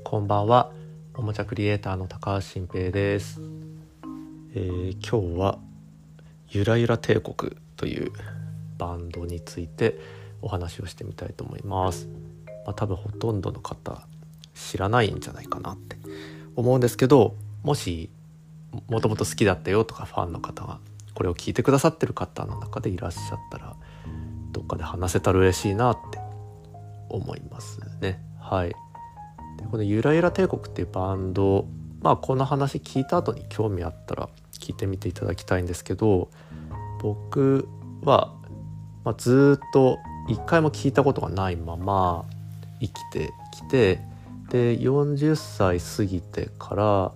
こんばんは。おもちゃクリエイターの高橋新平です。今日はゆらゆら帝国というバンドについてお話をしてみたいと思います。多分ほとんどの方知らないんじゃないかなって思うんですけど、もしもともと好きだったよとかファンの方がこれを聞いてくださってる方の中でいらっしゃったら、どっかで話せたら嬉しいなって思いますね。はい。でこのゆらゆら帝国っていうバンド、この話聞いた後に興味あったら聞いてみていただきたいんですけど、僕は、ずっと一回も聞いたことがないまま生きてきて、で40歳過ぎてから、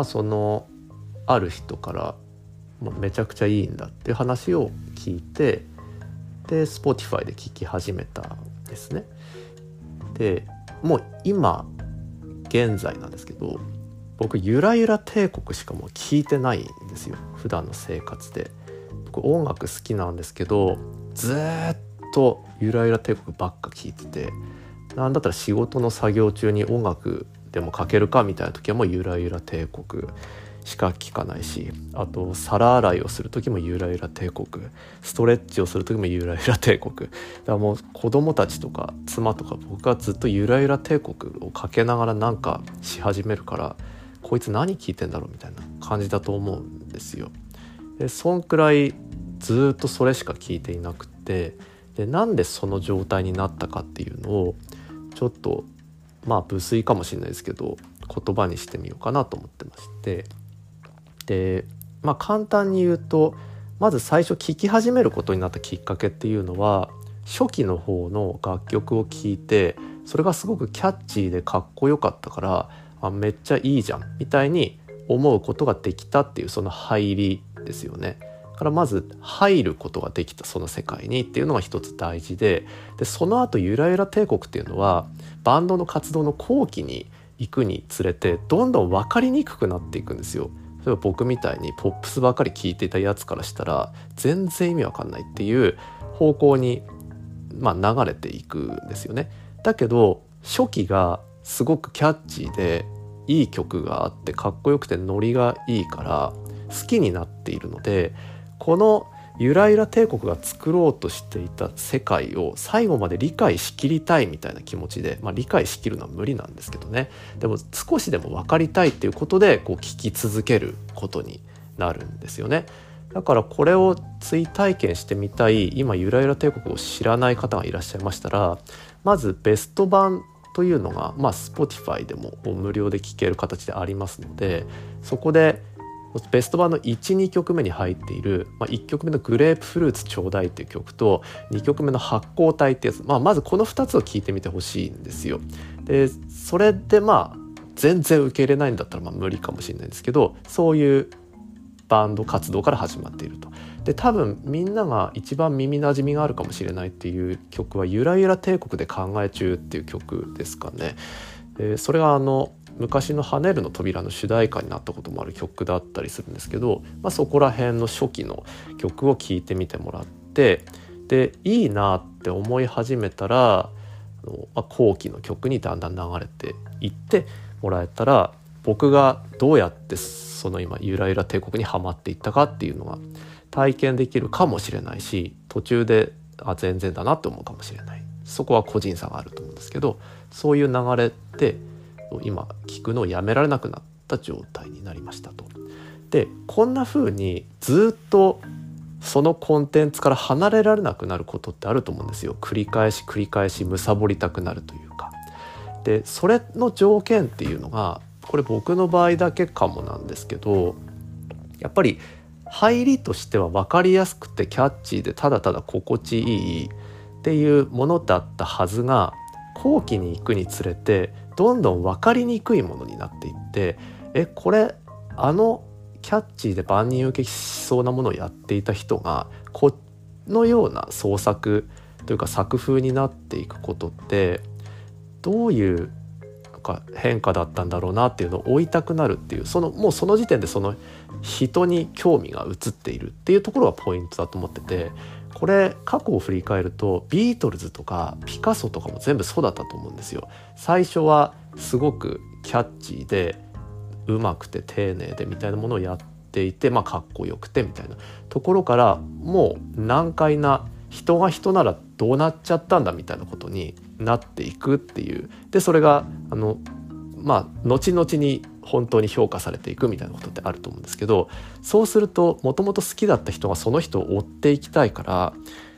そのある人から、めちゃくちゃいいんだっていう話を聞いて、で Spotify で聞き始めたんですね。でもう今現在なんですけど、僕ゆらゆら帝国しかもう聞いてないんですよ、普段の生活で。僕音楽好きなんですけど、ずっとゆらゆら帝国ばっか聞いてて、なんだったら仕事の作業中に音楽でもかけるかみたいな時はもうゆらゆら帝国しか聞かないし、あと皿洗いをする時もゆらゆら帝国、ストレッチをする時もゆらゆら帝国だからもう子供たちとか妻とか僕はずっとゆらゆら帝国をかけながらなんかし始めるから、こいつ何聞いてんだろうみたいな感じだと思うんですよ。でそんくらいずっとそれしか聞いていなくて、でなんでその状態になったかっていうのをちょっと無粋かもしれないですけど言葉にしてみようかなと思ってまして、で簡単に言うと、まず最初聴き始めることになったきっかけっていうのは、初期の方の楽曲を聴いてそれがすごくキャッチーでかっこよかったから、めっちゃいいじゃんみたいに思うことができたっていう、その入りですよね。だからまず入ることができたその世界にっていうのが一つ大事で、その後ゆらゆら帝国っていうのはバンドの活動の後期に行くにつれてどんどん分かりにくくなっていくんですよ。例えば僕みたいにポップスばかり聴いていたやつからしたら全然意味わかんないっていう方向に流れていくんですよね。だけど初期がすごくキャッチーでいい曲があってかっこよくてノリがいいから好きになっているので、このゆらゆら帝国が作ろうとしていた世界を最後まで理解しきりたいみたいな気持ちで、理解しきるのは無理なんですけどね、でも少しでも分かりたいっていうことで聴き続けることになるんですよね。だからこれを追体験してみたい今ゆらゆら帝国を知らない方がいらっしゃいましたら、まずベスト版というのが、Spotify でも無料で聴ける形でありますので、そこでベスト版の 1,2 曲目に入っている、1曲目のグレープフルーツちょうだいっていう曲と2曲目の発光体ってやつ、まずこの2つを聴いてみてほしいんですよ。でそれで全然受け入れないんだったら無理かもしれないですけど、そういうバンド活動から始まっていると。で多分みんなが一番耳なじみがあるかもしれないっていう曲はゆらゆら帝国で考え中っていう曲ですかね。それが昔の跳ねるの扉の主題歌になったこともある曲だったりするんですけど、そこら辺の初期の曲を聴いてみてもらって、でいいなって思い始めたら後期の曲にだんだん流れていってもらえたら、僕がどうやってその今ゆらゆら帝国にはまっていったかっていうのが体験できるかもしれないし、途中で全然だなって思うかもしれない。そこは個人差があると思うんですけど、そういう流れで今聞くのをやめられなくなった状態になりましたと。でこんな風にずっとそのコンテンツから離れられなくなることってあると思うんですよ。繰り返し貪りたくなるというか。でそれの条件っていうのが、これ僕の場合だけかもなんですけど、やっぱり入りとしては分かりやすくてキャッチーでただただ心地いいっていうものだったはずが、後期に行くにつれてどんどん分かりにくいものになっていって、これキャッチーで万人受けしそうなものをやっていた人がこのような創作というか作風になっていくことってどういうか変化だったんだろうなっていうのを追いたくなるっていう、もうその時点でその人に興味が移っているっていうところがポイントだと思ってて、これ過去を振り返るとビートルズとかピカソとかも全部そうだったと思うんですよ。最初はすごくキャッチーでうまくて丁寧でみたいなものをやっていて、かっこよくてみたいなところから、もう難解な人が人ならどうなっちゃったんだみたいなことになっていくっていう、でそれが後々に本当に評価されていくみたいなことってあると思うんですけど、そうするともともと好きだった人がその人を追っていきたいから、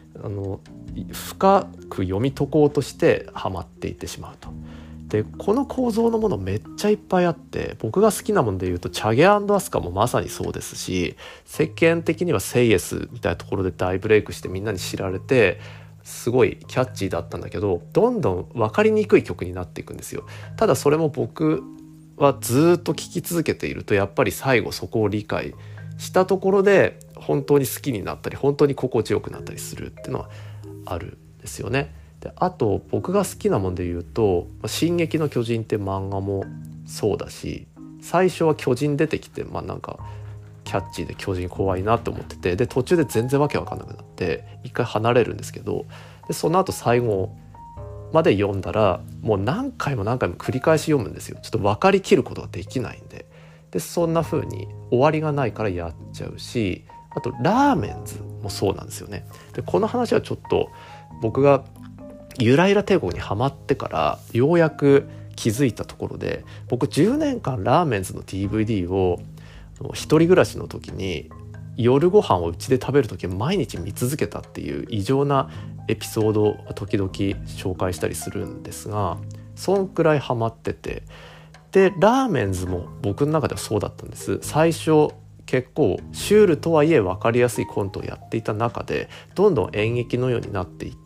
深く読み解こうとしてハマっていってしまうと。でこの構造のものめっちゃいっぱいあって、僕が好きなもので言うとチャゲ&アスカもまさにそうですし、世間的にはセイエスみたいなところで大ブレイクしてみんなに知られてすごいキャッチーだったんだけど、どんどん分かりにくい曲になっていくんですよ。ただそれも僕はずっと聴き続けていると、やっぱり最後そこを理解したところで本当に好きになったり本当に心地よくなったりするっていうのはあるんですよね。であと僕が好きなもんで言うと「進撃の巨人」って漫画もそうだし、最初は巨人出てきてなんかキャッチーで巨人怖いなって思ってて、で途中で全然わけわかんなくなって一回離れるんですけど、でその後最後まで読んだらもう何回も何回も繰り返し読むんですよ。ちょっと分かりきることができないんで。でそんな風に終わりがないからやっちゃうし、あとラーメンズもそうなんですよね。でこの話はちょっと僕がゆらゆら帝国にハマってからようやく気づいたところで、僕10年間ラーメンズの DVD を一人暮らしの時に夜ご飯をうちで食べる時毎日見続けたっていう異常なエピソードを時々紹介したりするんですが、そんくらいハマってて、でラーメンズも僕の中ではそうだったんです。最初結構シュールとはいえ分かりやすいコントをやっていた中でどんどん演劇のようになっていって、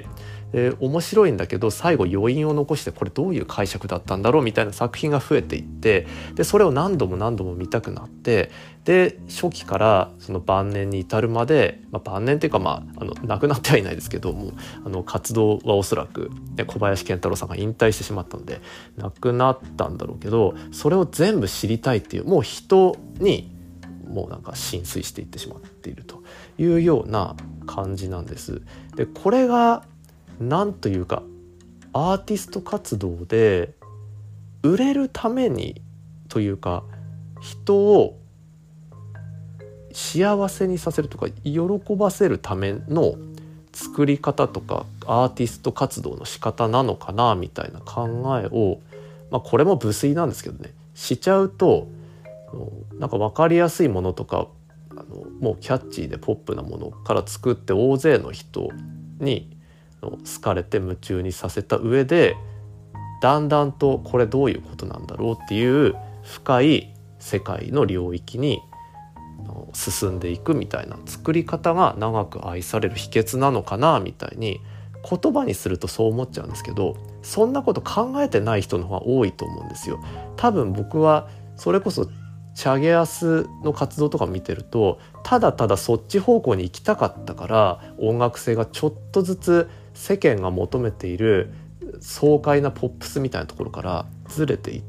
面白いんだけど最後余韻を残してこれどういう解釈だったんだろうみたいな作品が増えていって、でそれを何度も何度も見たくなって、で初期からその晩年に至るまで、晩年っていうか亡くなってはいないですけども、活動はおそらく小林賢太郎さんが引退してしまったので亡くなったんだろうけど、それを全部知りたいっていう、もう人にもうなんか浸水していってしまっているというような感じなんです。でこれがなんというかアーティスト活動で売れるためにというか、人を幸せにさせるとか喜ばせるための作り方とかアーティスト活動の仕方なのかなみたいな考えを、これも無粋なんですけどね、しちゃうとなんか分かりやすいものとかもうキャッチーでポップなものから作って大勢の人に好かれて夢中にさせた上で、だんだんとこれどういうことなんだろうっていう深い世界の領域に進んでいくみたいな作り方が長く愛される秘訣なのかなみたいに言葉にするとそう思っちゃうんですけど、そんなこと考えてない人の方が多いと思うんですよ。多分僕はそれこそチャゲアスの活動とか見てるとただただそっち方向に行きたかったから音楽性がちょっとずつ世間が求めている爽快なポップスみたいなところからずれていって、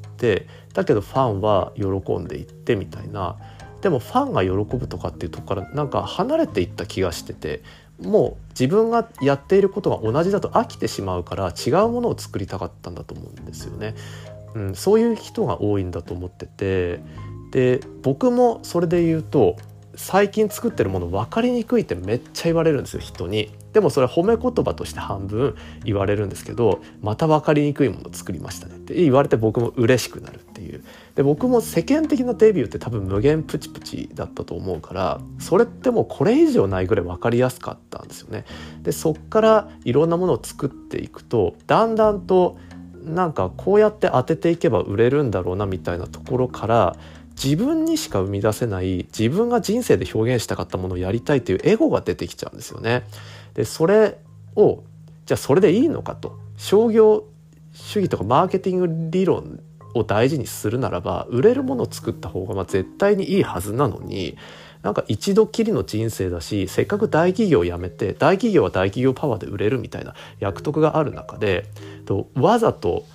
だけどファンは喜んでいってみたいな、でもファンが喜ぶとかっていうところからなんか離れていった気がしてて、もう自分がやっていることが同じだと飽きてしまうから違うものを作りたかったんだと思うんですよね。そういう人が多いんだと思ってて、で僕もそれで言うと最近作ってるもの分かりにくいってめっちゃ言われるんですよ、人に。でもそれは褒め言葉として半分言われるんですけど、また分かりにくいものを作りましたねって言われて僕も嬉しくなるっていう。で僕も世間的なデビューって多分無限プチプチだったと思うから、それってもうこれ以上ないぐらい分かりやすかったんですよね。でそっからいろんなものを作っていくとだんだんとなんかこうやって当てていけば売れるんだろうなみたいなところから、自分にしか生み出せない自分が人生で表現したかったものをやりたいというエゴが出てきちゃうんですよね。でそれをじゃあそれでいいのかと、商業主義とかマーケティング理論を大事にするならば売れるものを作った方が絶対にいいはずなのに、なんか一度きりの人生だし、せっかく大企業を辞めて大企業は大企業パワーで売れるみたいな役得がある中でわざと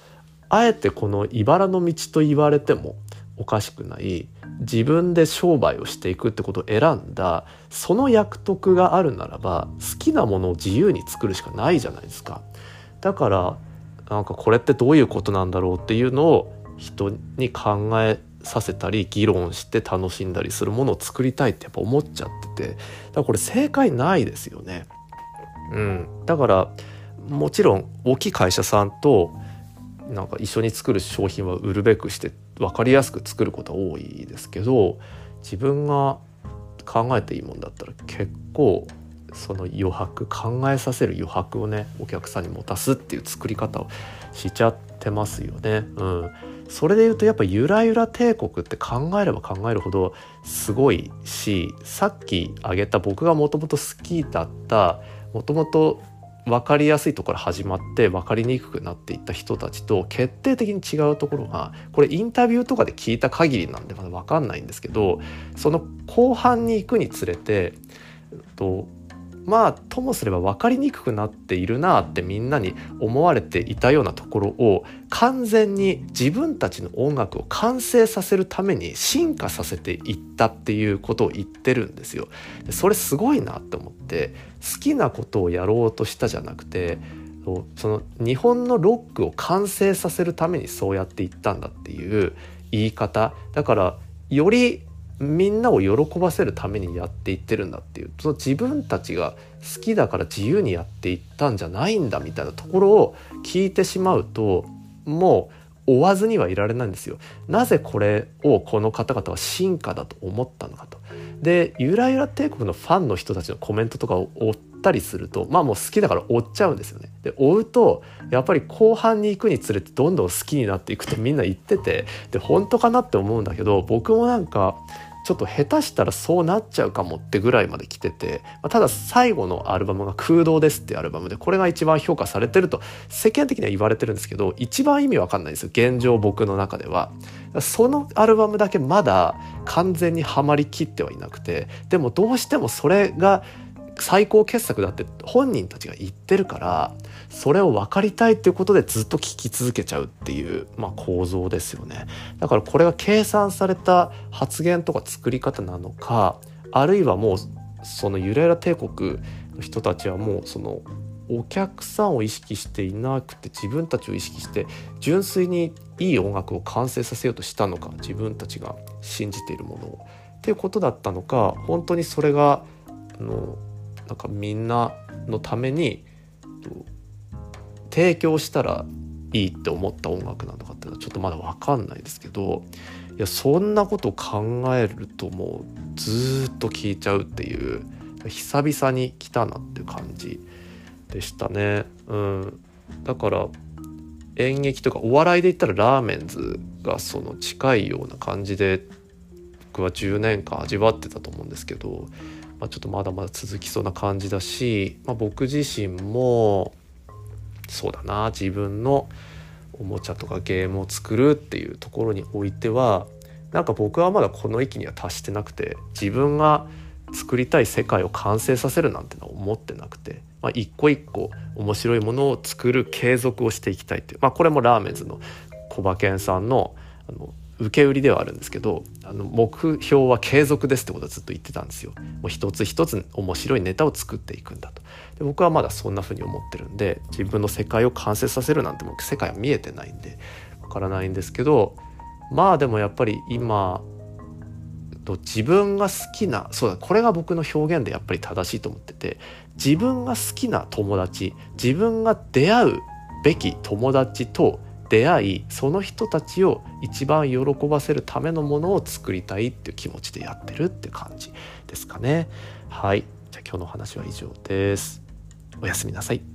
あえてこの茨の道と言われてもおかしくない自分で商売をしていくってことを選んだその役得があるならば好きなものを自由に作るしかないじゃないですか。だからなんかこれってどういうことなんだろうっていうのを人に考えさせたり議論して楽しんだりするものを作りたいってやっぱ思っちゃってて、だからこれ正解ないですよね。だからもちろん大きい会社さんとなんか一緒に作る商品は売るべくして分かりやすく作ることは多いですけど、自分が考えていいもんだったら結構その余白、考えさせる余白をねお客さんに持たすっていう作り方をしちゃってますよね。それで言うとやっぱゆらゆら帝国って考えれば考えるほどすごいし、さっき挙げた僕がもともと好きだったもともと分かりやすいところから始まって分かりにくくなっていった人たちと決定的に違うところが、これインタビューとかで聞いた限りなんでまだ分かんないんですけど、その後半に行くにつれてともすれば分かりにくくなっているなってみんなに思われていたようなところを完全に自分たちの音楽を完成させるために進化させていったっていうことを言ってるんですよ。でそれすごいなって思って、好きなことをやろうとしたじゃなくて、その日本のロックを完成させるためにそうやっていったんだっていう言い方だから、よりみんなを喜ばせるためにやっていってるんだっていう、その自分たちが好きだから自由にやっていったんじゃないんだみたいなところを聞いてしまうと、もう追わずにはいられないんですよ。なぜこれをこの方々は進化だと思ったのかと。でゆらゆら帝国のファンの人たちのコメントとかを追ったりすると、もう好きだから追っちゃうんですよね。で追うとやっぱり後半に行くにつれてどんどん好きになっていくってみんな言ってて、で本当かなって思うんだけど、僕もなんかちょっと下手したらそうなっちゃうかもってぐらいまで来てて、ただ最後のアルバムが空洞ですっていうアルバムで、これが一番評価されてると世間的には言われてるんですけど、一番意味わかんないんですよ現状僕の中では。そのアルバムだけまだ完全にはまりきってはいなくて、でもどうしてもそれが最高傑作だって本人たちが言ってるから、それを分かりたいっていうことでずっと聞き続けちゃうっていう、構造ですよね。だからこれが計算された発言とか作り方なのか、あるいはもうそのゆらゆら帝国の人たちはもうそのお客さんを意識していなくて自分たちを意識して純粋にいい音楽を完成させようとしたのか、自分たちが信じているものをっていうことだったのか、本当にそれがなんかみんなのために提供したらいいって思った音楽なのかっていうのはちょっとまだ分かんないですけど、いやそんなことを考えるともうずっと聴いちゃうっていう、久々に来たなっていう感じでしたね。だから演劇とかお笑いで言ったらラーメンズがその近いような感じで僕は10年間味わってたと思うんですけど、ちょっとまだまだ続きそうな感じだし、僕自身もそうだな、自分のおもちゃとかゲームを作るっていうところにおいてはなんか僕はまだこの域には達してなくて、自分が作りたい世界を完成させるなんてのは思ってなくて、一個一個面白いものを作る継続をしていきたいっていう、これもラーメンズの小馬健さんの受け売りではあるんですけど、目標は継続ですってことはずっと言ってたんですよ。もう一つ一つ面白いネタを作っていくんだと。で僕はまだそんな風に思ってるんで、自分の世界を完成させるなんて僕世界は見えてないんでわからないんですけど、でもやっぱり今自分が好きな、そうだ、これが僕の表現でやっぱり正しいと思ってて、自分が好きな友達、自分が出会うべき友達と出会い、その人たちを一番喜ばせるためのものを作りたいっていう気持ちでやってるって感じですかね。はい、じゃあ今日の話は以上です。おやすみなさい。